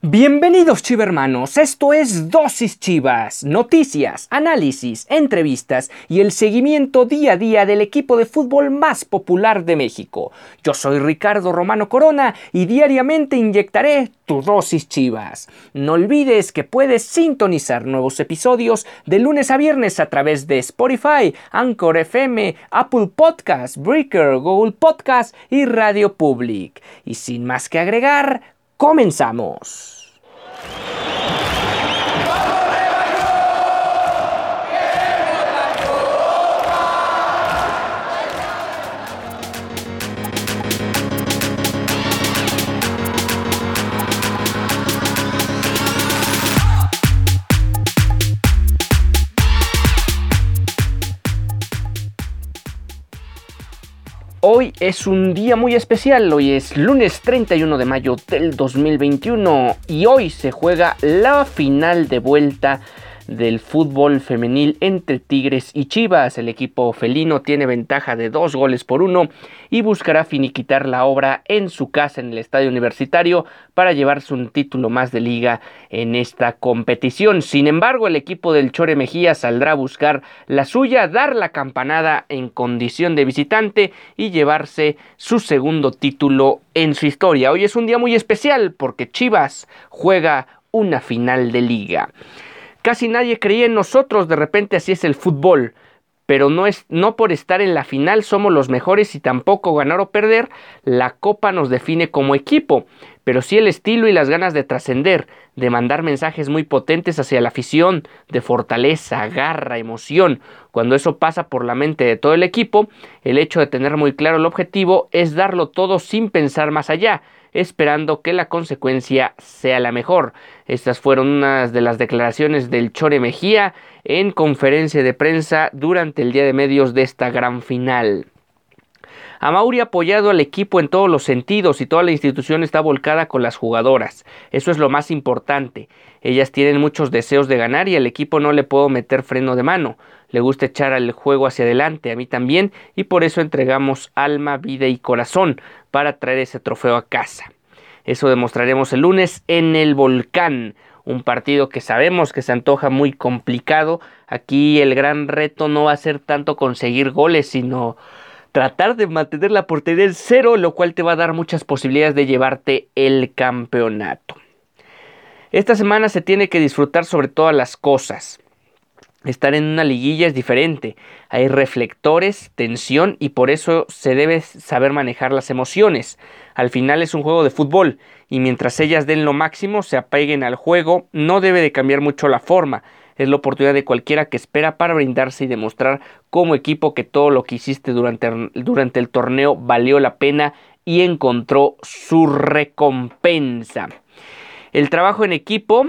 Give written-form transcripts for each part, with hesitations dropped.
Bienvenidos chivermanos, esto es Dosis Chivas, noticias, análisis, entrevistas y el seguimiento día a día del equipo de fútbol más popular de México. Yo soy Ricardo Romano Corona y diariamente inyectaré tu dosis Chivas. No olvides que puedes sintonizar nuevos episodios de lunes a viernes a través de Spotify, Anchor FM, Apple Podcasts, Breaker, Google Podcasts y Radio Public. Y sin más que agregar, ¡comenzamos! Hoy es un día muy especial, hoy es lunes 31 de mayo del 2021 y hoy se juega la final de vuelta del fútbol femenil entre Tigres y Chivas. El equipo felino tiene ventaja de 2-1 y buscará finiquitar la obra en su casa en el Estadio Universitario para llevarse un título más de liga en esta competición. Sin embargo, el equipo del Chore Mejía saldrá a buscar la suya, dar la campanada en condición de visitante y llevarse su segundo título en su historia. Hoy es un día muy especial porque Chivas juega una final de liga. Casi nadie creía en nosotros, de repente así es el fútbol, pero no por estar en la final somos los mejores y tampoco ganar o perder, la copa nos define como equipo, pero sí el estilo y las ganas de trascender, de mandar mensajes muy potentes hacia la afición, de fortaleza, garra, emoción. Cuando eso pasa por la mente de todo el equipo, el hecho de tener muy claro el objetivo es darlo todo sin pensar más allá, esperando que la consecuencia sea la mejor. Estas fueron unas de las declaraciones del Chore Mejía en conferencia de prensa durante el día de medios de esta gran final. Amaury ha apoyado al equipo en todos los sentidos y toda la institución está volcada con las jugadoras. Eso es lo más importante. Ellas tienen muchos deseos de ganar y al equipo no le puedo meter freno de mano. Le gusta echar el juego hacia adelante, a mí también, y por eso entregamos alma, vida y corazón para traer ese trofeo a casa. Eso demostraremos el lunes en el Volcán, un partido que sabemos que se antoja muy complicado. Aquí el gran reto no va a ser tanto conseguir goles, sino tratar de mantener la portería en cero, lo cual te va a dar muchas posibilidades de llevarte el campeonato. Esta semana se tiene que disfrutar sobre todas las cosas. Estar en una liguilla es diferente, hay reflectores, tensión y por eso se debe saber manejar las emociones. Al final es un juego de fútbol y mientras ellas den lo máximo, se apeguen al juego, no debe de cambiar mucho la forma. Es la oportunidad de cualquiera que espera para brindarse y demostrar como equipo que todo lo que hiciste durante el torneo valió la pena y encontró su recompensa. El trabajo en equipo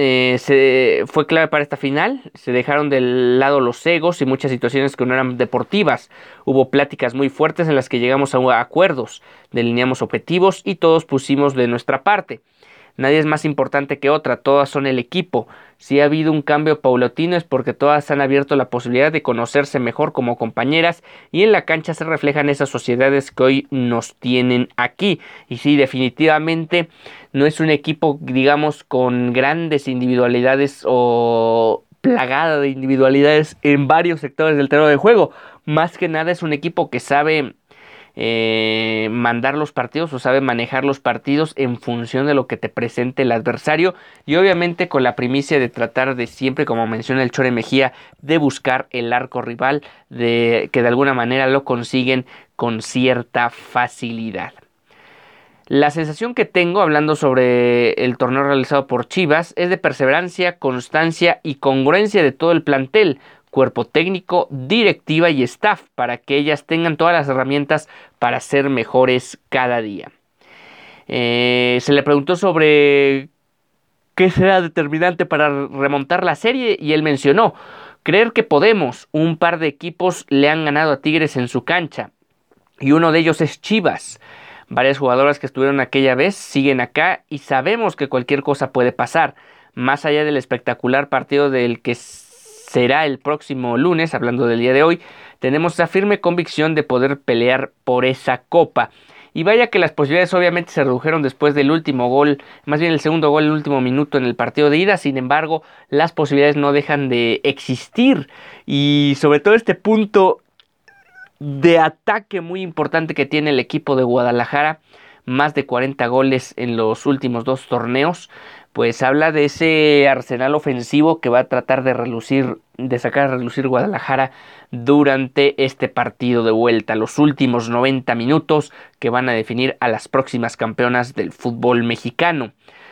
fue clave para esta final. Se dejaron de lado los egos y muchas situaciones que no eran deportivas. Hubo pláticas muy fuertes en las que llegamos a acuerdos, delineamos objetivos y todos pusimos de nuestra parte. Nadie es más importante que otra, todas son el equipo. Si ha habido un cambio paulatino es porque todas han abierto la posibilidad de conocerse mejor como compañeras y en la cancha se reflejan esas sociedades que hoy nos tienen aquí. Y sí, definitivamente no es un equipo, digamos, con grandes individualidades o plagada de individualidades en varios sectores del terreno de juego. Más que nada es un equipo que sabe mandar los partidos o sabe manejar los partidos en función de lo que te presente el adversario y obviamente con la primicia de tratar de siempre, como menciona el Chore Mejía, de buscar el arco rival, de que de alguna manera lo consiguen con cierta facilidad. La sensación que tengo hablando sobre el torneo realizado por Chivas es de perseverancia, constancia y congruencia de todo el plantel, cuerpo técnico, directiva y staff, para que ellas tengan todas las herramientas para ser mejores cada día. Se le preguntó sobre qué será determinante para remontar la serie y él mencionó: creer que podemos. Un par de equipos le han ganado a Tigres en su cancha y uno de ellos es Chivas. Varias jugadoras que estuvieron aquella vez siguen acá y sabemos que cualquier cosa puede pasar. Más allá del espectacular partido del que será el próximo lunes, hablando del día de hoy, tenemos la firme convicción de poder pelear por esa copa. y vaya que las posibilidades obviamente se redujeron después del último gol, más bien el segundo gol, el último minuto en el partido de ida. Sin embargo, las posibilidades no dejan de existir, y sobre todo este punto de ataque muy importante que tiene el equipo de Guadalajara, más de 40 goles en los últimos 2 torneos, pues habla de ese arsenal ofensivo que va a tratar de sacar a relucir Guadalajara durante este partido de vuelta, los últimos 90 minutos que van a definir a las próximas campeonas del fútbol mexicano.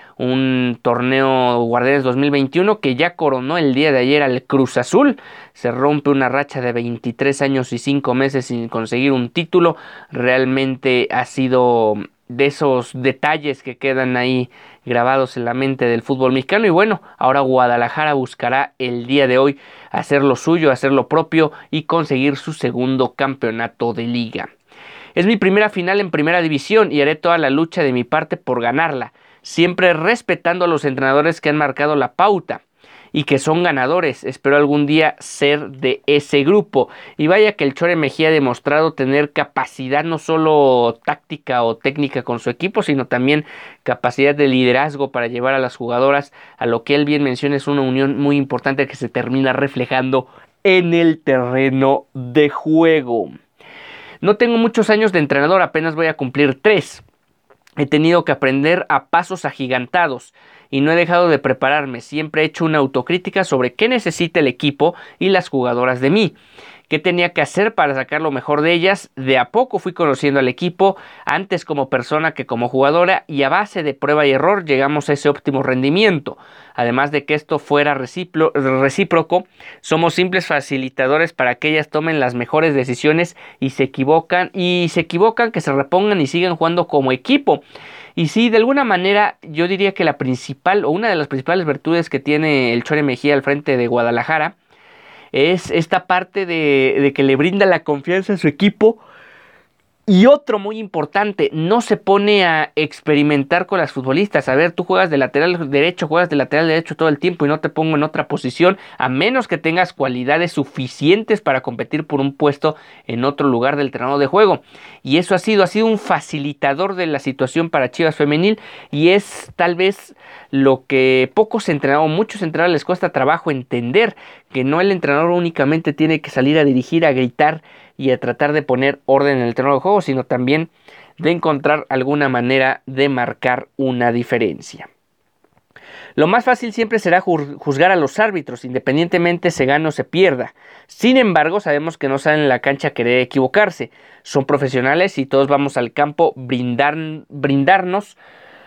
Un torneo Guardianes 2021 que ya coronó el día de ayer al Cruz Azul. Se rompe una racha de 23 años y 5 meses sin conseguir un título. Realmente ha sido de esos detalles que quedan ahí grabados en la mente del fútbol mexicano. Y bueno, ahora Guadalajara buscará el día de hoy hacer lo suyo, hacer lo propio y conseguir su segundo campeonato de liga. Es mi primera final en primera división y haré toda la lucha de mi parte por ganarla, siempre respetando a los entrenadores que han marcado la pauta y que son ganadores. Espero algún día ser de ese grupo. Y vaya que el Chore Mejía ha demostrado tener capacidad no solo táctica o técnica con su equipo, sino también capacidad de liderazgo para llevar a las jugadoras a lo que él bien menciona, es una unión muy importante que se termina reflejando en el terreno de juego. No tengo muchos años de entrenador, apenas voy a cumplir 3. He tenido que aprender a pasos agigantados y no he dejado de prepararme. Siempre he hecho una autocrítica sobre qué necesita el equipo y las jugadoras de mí, qué tenía que hacer para sacar lo mejor de ellas. De a poco fui conociendo al equipo, antes como persona que como jugadora, y a base de prueba y error llegamos a ese óptimo rendimiento. Además de que esto fuera recíproco, somos simples facilitadores para que ellas tomen las mejores decisiones y se equivocan, que se repongan y sigan jugando como equipo. Y sí, de alguna manera yo diría que la principal o una de las principales virtudes que tiene el Chore Mejía al frente de Guadalajara es esta parte de que le brinda la confianza a su equipo. Y otro muy importante, no se pone a experimentar con las futbolistas. A ver, tú juegas de lateral derecho todo el tiempo y no te pongo en otra posición, a menos que tengas cualidades suficientes para competir por un puesto en otro lugar del terreno de juego. Y eso ha sido un facilitador de la situación para Chivas Femenil, y es tal vez lo que muchos entrenadores les cuesta trabajo entender, que no el entrenador únicamente tiene que salir a dirigir, a gritar y a tratar de poner orden en el terreno de juego, sino también de encontrar alguna manera de marcar una diferencia. Lo más fácil siempre será juzgar a los árbitros, independientemente se gane o se pierda. Sin embargo, sabemos que no salen en la cancha a querer equivocarse. Son profesionales y todos vamos al campo a brindarnos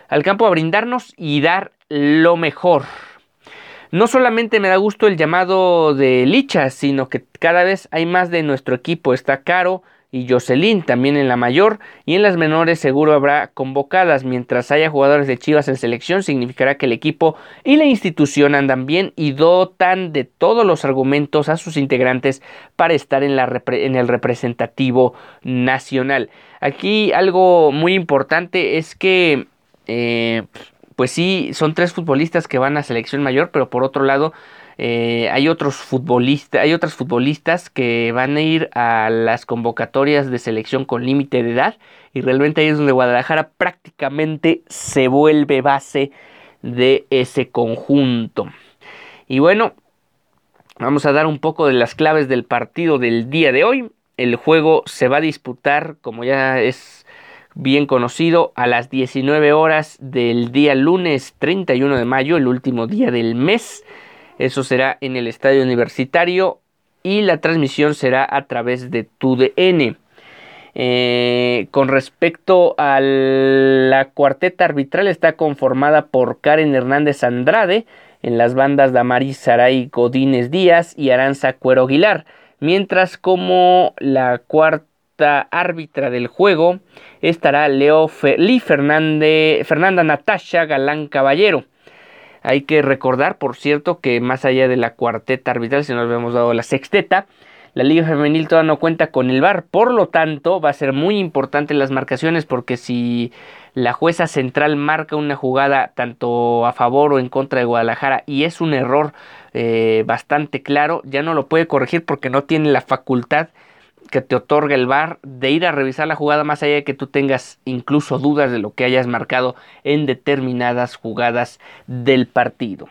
y dar lo mejor. No solamente me da gusto el llamado de Licha, sino que cada vez hay más de nuestro equipo. Está Caro y Jocelyn también en la mayor, y en las menores seguro habrá convocadas. Mientras haya jugadores de Chivas en selección, significará que el equipo y la institución andan bien y dotan de todos los argumentos a sus integrantes para estar en el representativo nacional. Aquí algo muy importante es que pues sí, son 3 futbolistas que van a selección mayor, pero por otro lado hay otras futbolistas que van a ir a las convocatorias de selección con límite de edad, y realmente ahí es donde Guadalajara prácticamente se vuelve base de ese conjunto. Y bueno, vamos a dar un poco de las claves del partido del día de hoy. El juego se va a disputar, como ya es bien conocido, a las 19 horas del día lunes 31 de mayo, el último día del mes. Eso será en el Estadio Universitario y la transmisión será a través de TUDN. Con respecto a la cuarteta arbitral, está conformada por Karen Hernández Andrade, en las bandas Damaris Saray Godínez Díaz y Aranza Cuero Aguilar, mientras como la cuarta árbitra del juego estará Fernanda Natasha Galán Caballero. Hay que recordar, por cierto, que más allá de la cuarteta arbitral, si nos habíamos dado la sexteta, la Liga Femenil todavía no cuenta con el VAR, por lo tanto va a ser muy importante las marcaciones, porque si la jueza central marca una jugada tanto a favor o en contra de Guadalajara y es un error bastante claro, ya no lo puede corregir porque no tiene la facultad que te otorga el VAR de ir a revisar la jugada más allá de que tú tengas incluso dudas de lo que hayas marcado en determinadas jugadas del partido.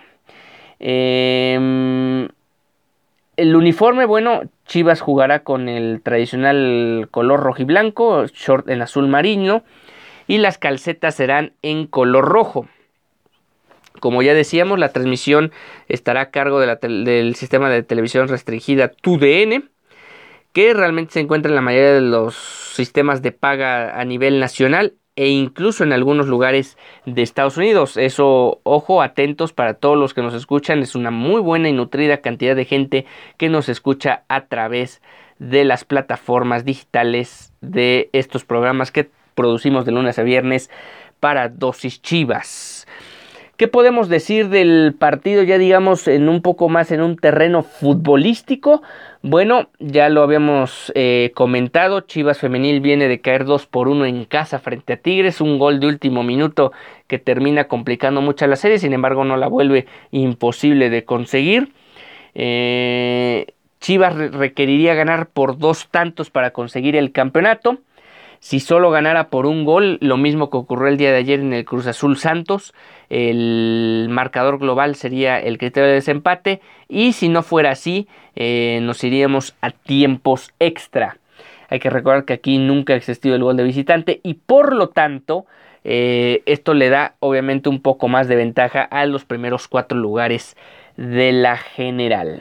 El uniforme, bueno, Chivas jugará con el tradicional color rojiblanco, short en azul marino, y las calcetas serán en color rojo. Como ya decíamos, la transmisión estará a cargo del sistema de televisión restringida TUDN, que realmente se encuentra en la mayoría de los sistemas de paga a nivel nacional e incluso en algunos lugares de Estados Unidos. Eso, ojo, atentos para todos los que nos escuchan. Es una muy buena y nutrida cantidad de gente que nos escucha a través de las plataformas digitales de estos programas que producimos de lunes a viernes para Dosis Chivas. ¿Qué podemos decir del partido ya digamos en un poco más en un terreno futbolístico? Bueno, ya lo habíamos comentado, Chivas Femenil viene de caer 2-1 en casa frente a Tigres, un gol de último minuto que termina complicando mucho la serie, sin embargo no la vuelve imposible de conseguir. Chivas requeriría ganar por 2 tantos para conseguir el campeonato. Si solo ganara por un gol, lo mismo que ocurrió el día de ayer en el Cruz Azul Santos, el marcador global sería el criterio de desempate, y si no fuera así, nos iríamos a tiempos extra. Hay que recordar que aquí nunca ha existido el gol de visitante y por lo tanto esto le da obviamente un poco más de ventaja a los primeros 4 lugares de la general.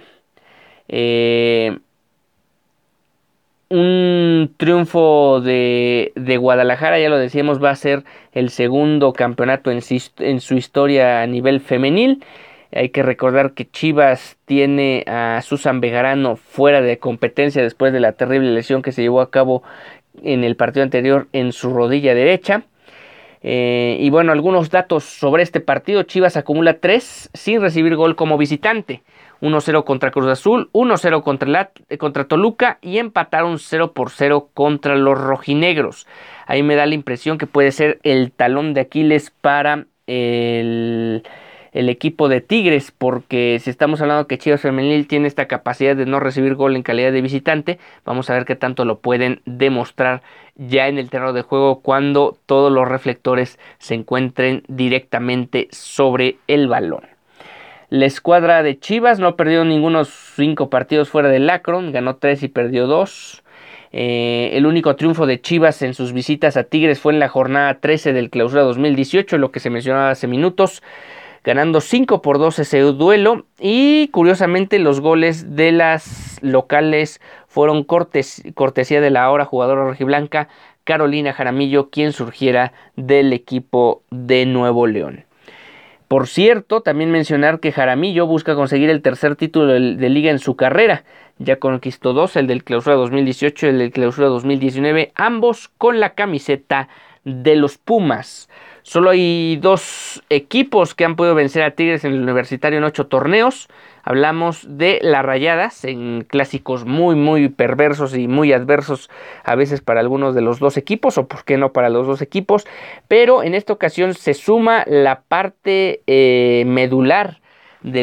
Un triunfo de Guadalajara, ya lo decíamos, va a ser el segundo campeonato en su historia a nivel femenil. Hay que recordar que Chivas tiene a Susan Bejarano fuera de competencia después de la terrible lesión que se llevó a cabo en el partido anterior en su rodilla derecha. Y bueno, algunos datos sobre este partido. Chivas acumula 3 sin recibir gol como visitante. 1-0 contra Cruz Azul, 1-0 contra Toluca y empataron 0-0 contra los rojinegros. Ahí me da la impresión que puede ser el talón de Aquiles para el equipo de Tigres, porque si estamos hablando que Chivas Femenil tiene esta capacidad de no recibir gol en calidad de visitante, vamos a ver qué tanto lo pueden demostrar ya en el terreno de juego cuando todos los reflectores se encuentren directamente sobre el balón. La escuadra de Chivas no ha perdido ninguno de sus 5 partidos fuera del Akron, ganó 3 y perdió 2. El único triunfo de Chivas en sus visitas a Tigres fue en la jornada 13 del Clausura 2018, lo que se mencionaba hace minutos, ganando 5-2 ese duelo. Y curiosamente los goles de las locales fueron cortesía de la ahora jugadora rojiblanca Carolina Jaramillo, quien surgiera del equipo de Nuevo León. Por cierto, también mencionar que Jaramillo busca conseguir el tercer título de liga en su carrera. Ya conquistó 2, el del Clausura 2018 y el del Clausura 2019, ambos con la camiseta de los Pumas. Solo hay 2 equipos que han podido vencer a Tigres en el Universitario en 8 torneos. Hablamos de las Rayadas en clásicos muy perversos y muy adversos a veces para algunos de los 2 equipos, o por qué no para los 2 equipos, pero en esta ocasión se suma la parte medular de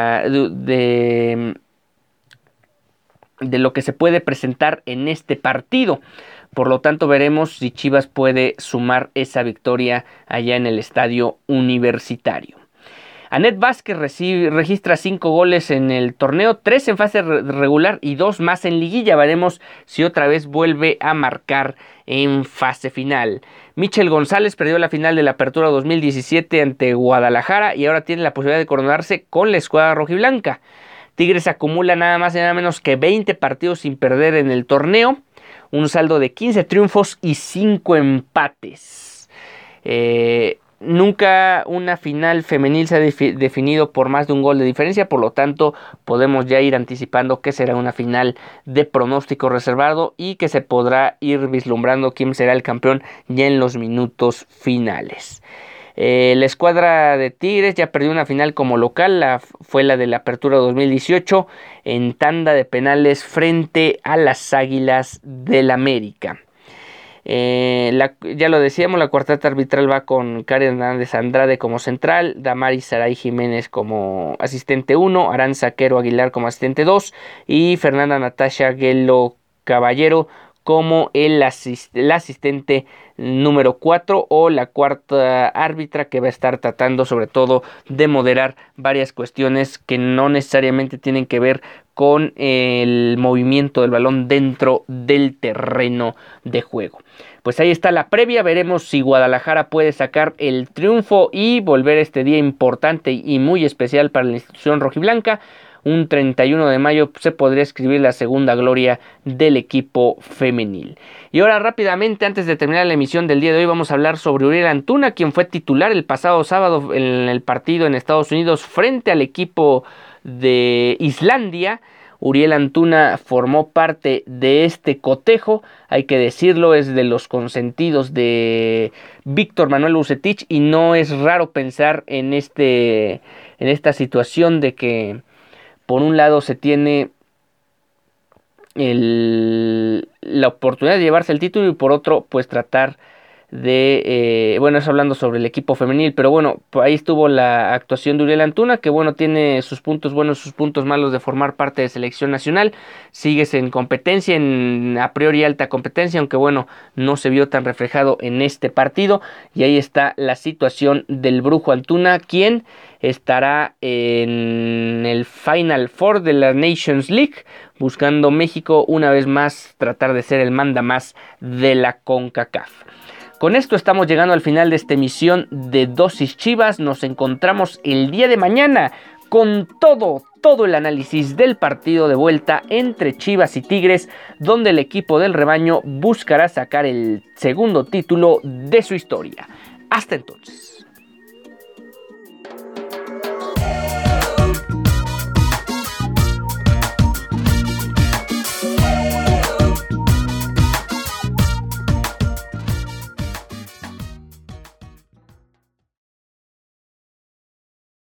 lo que se puede presentar en este partido. Por lo tanto, veremos si Chivas puede sumar esa victoria allá en el estadio Universitario. Anet Vázquez registra 5 goles en el torneo, 3 en fase regular y 2 más en liguilla. Veremos si otra vez vuelve a marcar en fase final. Michel González perdió la final de la Apertura 2017 ante Guadalajara y ahora tiene la posibilidad de coronarse con la escuadra rojiblanca. Tigres acumula nada más y nada menos que 20 partidos sin perder en el torneo, un saldo de 15 triunfos y 5 empates. Nunca una final femenil se ha definido por más de un gol de diferencia, por lo tanto podemos ya ir anticipando que será una final de pronóstico reservado y que se podrá ir vislumbrando quién será el campeón ya en los minutos finales. La escuadra de Tigres ya perdió una final como local, fue la de la Apertura 2018 en tanda de penales frente a las Águilas del América. Ya lo decíamos, la cuarteta arbitral va con Karen Hernández Andrade como central, Damaris Saray Jiménez como asistente 1, Aranza Quero Aguilar como asistente 2 y Fernanda Natasha Guelo Caballero como el asistente número 4 o la cuarta árbitra, que va a estar tratando sobre todo de moderar varias cuestiones que no necesariamente tienen que ver con el movimiento del balón dentro del terreno de juego. Pues ahí está la previa, veremos si Guadalajara puede sacar el triunfo y volver este día importante y muy especial para la institución rojiblanca. Un 31 de mayo se podría escribir la segunda gloria del equipo femenil. Y ahora rápidamente, antes de terminar la emisión del día de hoy, vamos a hablar sobre Uriel Antuna, quien fue titular el pasado sábado en el partido en Estados Unidos frente al equipo de Islandia. Uriel Antuna formó parte de este cotejo, hay que decirlo, es de los consentidos de Víctor Manuel Vucetich, y no es raro pensar en esta situación de que por un lado se tiene la oportunidad de llevarse el título y por otro pues tratar de, eso hablando sobre el equipo femenil, pero bueno, ahí estuvo la actuación de Uriel Antuna, que bueno, tiene sus puntos buenos, sus puntos malos de formar parte de selección nacional. Sigues en competencia, en a priori alta competencia, aunque bueno, no se vio tan reflejado en este partido, y ahí está la situación del Brujo Antuna, quien estará en el Final Four de la Nations League, buscando México una vez más tratar de ser el mandamás de la CONCACAF. Con esto estamos llegando al final de esta emisión de Dosis Chivas. Nos encontramos el día de mañana con todo el análisis del partido de vuelta entre Chivas y Tigres, donde el equipo del rebaño buscará sacar el segundo título de su historia. Hasta entonces.